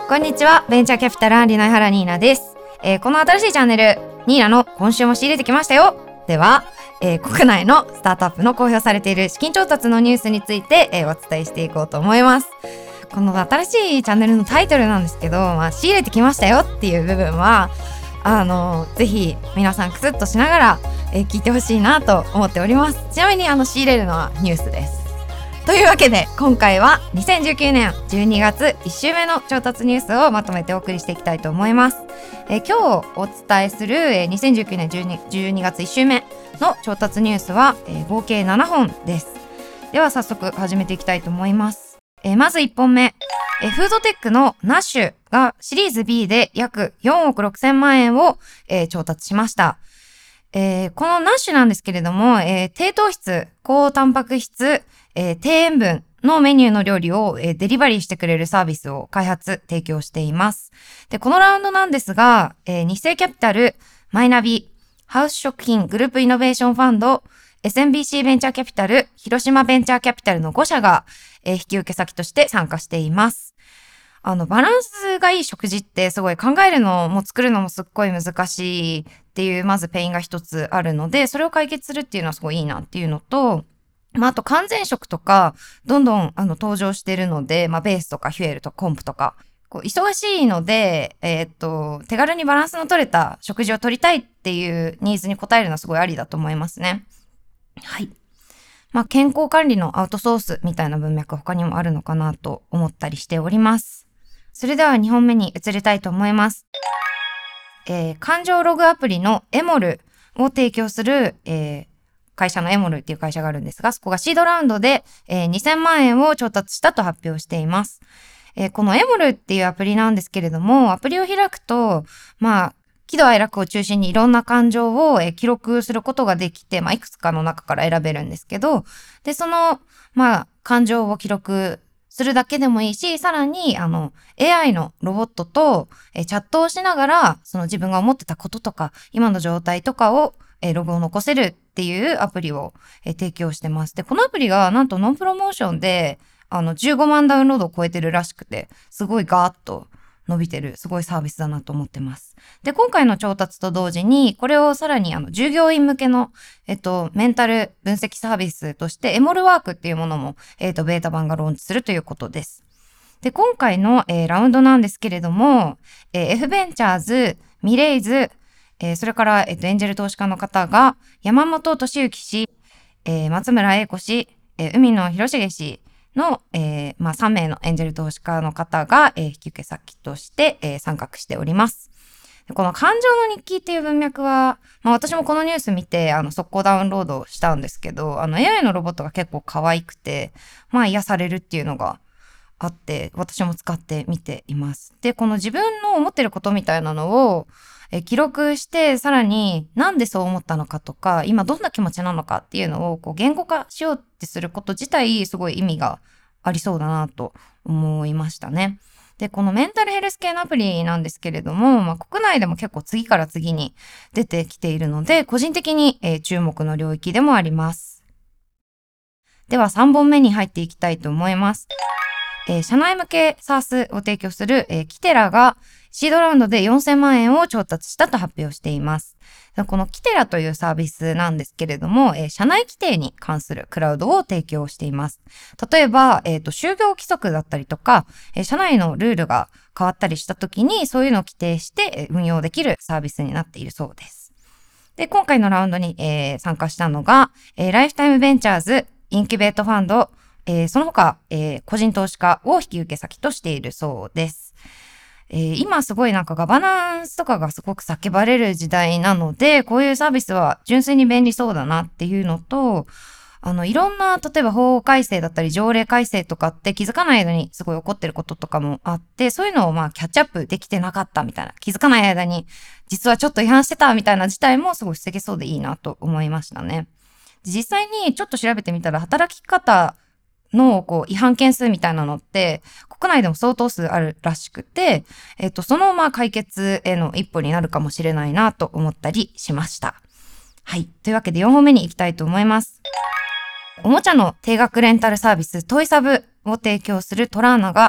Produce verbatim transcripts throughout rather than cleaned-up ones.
こんにちは、ベンチャーキャピタルアンリの江原ニーナです、えー、この新しいチャンネルニーナの今週も仕入れてきましたよでは、えー、国内のスタートアップの公表されている資金調達のニュースについて、えー、お伝えしていこうと思います。この新しいチャンネルのタイトルなんですけど、まあ、仕入れてきましたよっていう部分はあのぜひ皆さんクスッとしながら、えー、聞いてほしいなと思っております。ちなみにあの仕入れるのはニュースです。というわけで今回はにせんじゅうきゅうねんじゅうにがついっ週目の調達ニュースをまとめてお送りしていきたいと思います。えー、今日お伝えする、えー、にせんじゅうきゅうねんじゅうに、じゅうにがついっ週目の調達ニュースは、えー、合計ななほんです。では早速始めていきたいと思います。えー、まずいっぽんめ、えー、フードテックのナッシュがシリーズ ビー で約よんおくろくせんまんえんを、えー、調達しました。えー、このナッシュなんですけれども、えー、低糖質、高タンパク質、えー、低塩分のメニューの料理を、えー、デリバリーしてくれるサービスを開発、提供しています。で、このラウンドなんですが、えー、日清キャピタル、マイナビ、ハウス食品グループイノベーションファンド、エスエムビーシー ベンチャーキャピタル、広島ベンチャーキャピタルのごしゃが、えー、引き受け先として参加しています。あの、バランスがいい食事ってすごい考えるのも作るのもすっごい難しいっていう、まずペインが一つあるので、それを解決するっていうのはすごいいいなっていうのと、まあ、あと完全食とか、どんどんあの登場しているので、まあ、ベースとかヒュエルとかコンプとか、こう忙しいので、えーっと、手軽にバランスの取れた食事を取りたいっていうニーズに応えるのはすごいありだと思いますね。はい。まあ、健康管理のアウトソースみたいな文脈他にもあるのかなと思ったりしております。それではにほんめに移りたいと思います。えー、感情ログアプリのエモルを提供する、えー、会社のエモルっていう会社があるんですが、そこがシードラウンドで、えー、にせんまんえんを調達したと発表しています。えー、このエモルっていうアプリなんですけれども、アプリを開くと、まあ、喜怒哀楽を中心にいろんな感情を、えー、記録することができて、まあ、いくつかの中から選べるんですけど、で、その、まあ、感情を記録するだけでもいいし、さらに、あの、エーアイ のロボットと、えー、チャットをしながら、その自分が思ってたこととか、今の状態とかを、えー、ログを残せるっていうアプリを、えー、提供してます。で、このアプリがなんとノンプロモーションで、あの、じゅうごまんダウンロードを超えてるらしくて、すごいガーッと伸びてる、すごいサービスだなと思ってます。で、今回の調達と同時に、これをさらにあの、従業員向けの、えっと、メンタル分析サービスとして、エモルワークっていうものも、えっと、ベータ版がローンチするということです。で、今回の、えー、ラウンドなんですけれども、えー、F ベンチャーズ、ミレイズ、えー、それから、えっと、エンジェル投資家の方が、山本俊之氏、えー、松村英子氏、えー、海野博重氏の、えー、まあ、さんめいのエンジェル投資家の方が、えー、引き受け先として、えー、参画しております。この感情の日記っていう文脈は、まあ私もこのニュース見て、あの、速攻ダウンロードしたんですけど、あの エーアイ のロボットが結構可愛くて、まあ癒されるっていうのがあって、私も使ってみています。で、この自分の思ってることみたいなのをえ記録して、さらになんでそう思ったのかとか、今どんな気持ちなのかっていうのをこう言語化しようってすること自体、すごい意味がありそうだなと思いましたね。で、このメンタルヘルス系のアプリなんですけれども、まあ、国内でも結構次から次に出てきているので、個人的に、えー、注目の領域でもあります。ではさんぼんめに入っていきたいと思います。えー、社内向け SaaS を提供する、えー、キテラがシードラウンドでよんせんまんえんを調達したと発表しています。このキテラというサービスなんですけれども、えー、社内規定に関するクラウドを提供しています。例えば、えっと、就業規則だったりとか、えー、社内のルールが変わったりしたときに、そういうのを規定して運用できるサービスになっているそうです。で、今回のラウンドに、えー、参加したのが、えー、ライフタイムベンチャーズ、インキュベートファンド、えー、その他、えー、個人投資家を引き受け先としているそうです。えー、今すごいなんかガバナンスとかがすごく叫ばれる時代なので、こういうサービスは純粋に便利そうだなっていうのと、あの、いろんな、例えば法改正だったり条例改正とかって気づかない間にすごい起こってることとかもあって、そういうのをまあキャッチアップできてなかったみたいな、気づかない間に実はちょっと違反してたみたいな事態もすごい防げそうでいいなと思いましたね。実際にちょっと調べてみたら働き方のこう違反件数みたいなのって国内でも相当数あるらしくて、えっと、そのまあ解決への一歩になるかもしれないなと思ったりしました。はい。というわけでよんほんめに行きたいと思います。おもちゃの定額レンタルサービストイサブを提供するトラーナが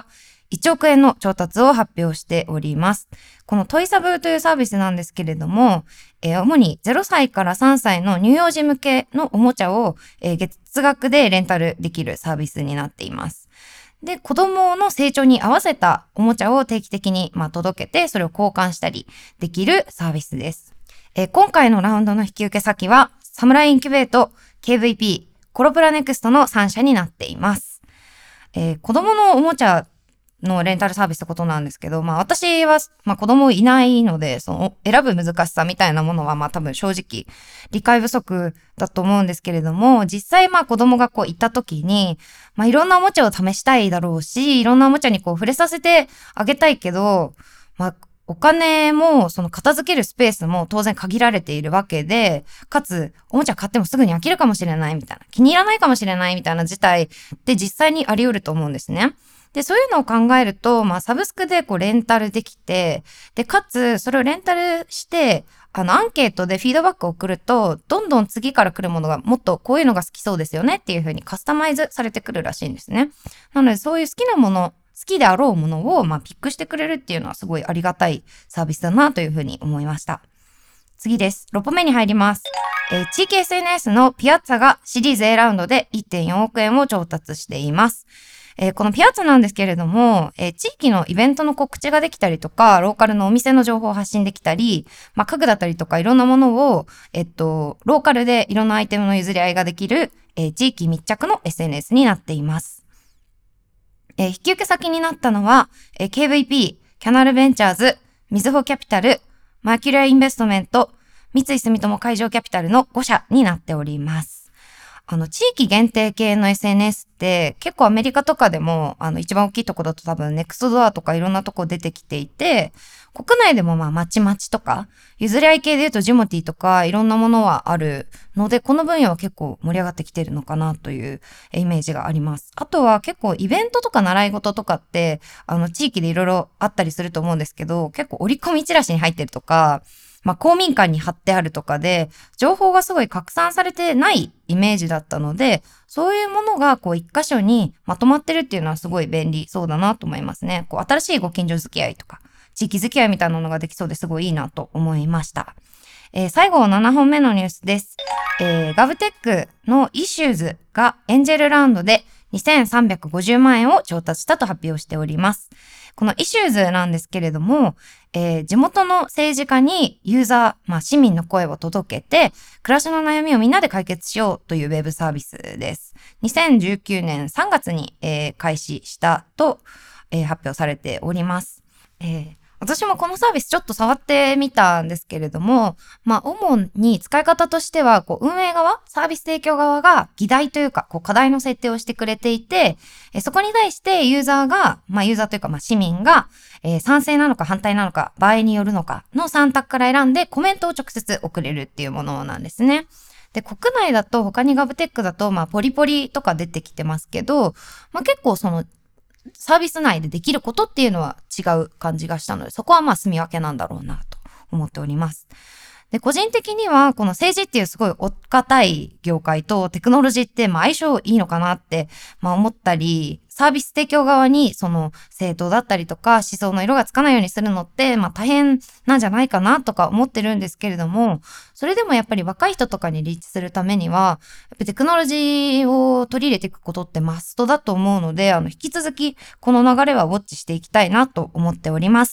いちおくえんの調達を発表しております。このトイサブというサービスなんですけれども、えー、主にゼロさいからさんさいの乳幼児向けのおもちゃを、えー、月額でレンタルできるサービスになっています。で、子供の成長に合わせたおもちゃを定期的に、まあ、届けて、それを交換したりできるサービスです。えー、今回のラウンドの引き受け先は、サムライインキュベート、ケーブイピー、コロプラネクストのさんしゃになっています。えー、子供のおもちゃのレンタルサービスってことなんですけど、まあ私は、まあ子供いないので、その選ぶ難しさみたいなものはまあ多分正直理解不足だと思うんですけれども、実際まあ子供がこう行った時に、まあいろんなおもちゃを試したいだろうし、いろんなおもちゃにこう触れさせてあげたいけど、まあお金もその片付けるスペースも当然限られているわけで、かつおもちゃ買ってもすぐに飽きるかもしれないみたいな、気に入らないかもしれないみたいな事態って実際にあり得ると思うんですね。で、そういうのを考えると、まあ、サブスクでこう、レンタルできて、で、かつ、それをレンタルして、あの、アンケートでフィードバックを送ると、どんどん次から来るものがもっとこういうのが好きそうですよねっていう風にカスタマイズされてくるらしいんですね。なので、そういう好きなもの、好きであろうものを、まあ、ピックしてくれるっていうのはすごいありがたいサービスだなという風に思いました。次です。ろっぽんめに入ります。えー、地域 エスエヌエス のピアッツァがシリーズ A ラウンドで いってんよんおくえんを調達しています。えー、このピアッツァなんですけれども、えー、地域のイベントの告知ができたりとか、ローカルのお店の情報を発信できたり、まあ、家具だったりとかいろんなものを、えっと、ローカルでいろんなアイテムの譲り合いができる、えー、地域密着の エスエヌエス になっています。えー、引き受け先になったのは、えー、ケーブイピー、キャナルベンチャーズ、みずほキャピタル、マーキュリアインベストメント、三井住友海上キャピタルのごしゃになっております。あの、地域限定系の エスエヌエス って結構アメリカとかでも、あの、一番大きいとこだと多分ネクストドアとかいろんなとこ出てきていて、国内でもまあ、まちまちとか、譲り合い系で言うとジモティとかいろんなものはあるので、この分野は結構盛り上がってきてるのかなというイメージがあります。あとは結構イベントとか習い事とかって、あの、地域でいろいろあったりすると思うんですけど、結構折り込みチラシに入ってるとか、まあ、公民館に貼ってあるとかで、情報がすごい拡散されてないイメージだったので、そういうものがこう一箇所にまとまってるっていうのはすごい便利そうだなと思いますね。こう新しいご近所付き合いとか、地域付き合いみたいなのができそうですごいいいなと思いました。えー、最後ななほんめのニュースです。えー、ガブテックのイシューズがエンジェルラウンドでにせんさんびゃくごじゅうまんえんを調達したと発表しております。このイシューズなんですけれども、えー、地元の政治家にユーザー、まあ市民の声を届けて、暮らしの悩みをみんなで解決しようというウェブサービスです。にせんじゅうきゅうねんさんがつに、えー、開始したと、えー、発表されております。えー私もこのサービスちょっと触ってみたんですけれども、まあ、主に使い方としては、こう、運営側、サービス提供側が議題というか、こう、課題の設定をしてくれていて、えそこに対してユーザーが、まあ、ユーザーというか、まあ、市民が、えー、賛成なのか反対なのか、場合によるのかのさん択から選んでコメントを直接送れるっていうものなんですね。で、国内だと他にガブテックだと、まあ、ポリポリとか出てきてますけど、まあ、結構その、サービス内でできることっていうのは違う感じがしたので、そこはまあ住み分けなんだろうなと思っております。で、個人的にはこの政治っていうすごいお堅い業界とテクノロジーってまあ相性いいのかなってまあ思ったり、サービス提供側にその政党だったりとか思想の色がつかないようにするのってまあ大変なんじゃないかなとか思ってるんですけれども、それでもやっぱり若い人とかにリーチするためには、やっぱテクノロジーを取り入れていくことってマストだと思うので、あの引き続きこの流れはウォッチしていきたいなと思っております。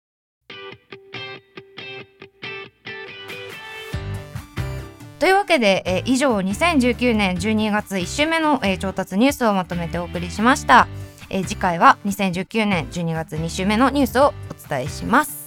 というわけで、えー、以上にせんじゅうきゅうねんじゅうにがついっ週目の、えー、調達ニュースをまとめてお送りしました。えー、次回はにせんじゅうきゅうねんじゅうにがつに週目のニュースをお伝えします。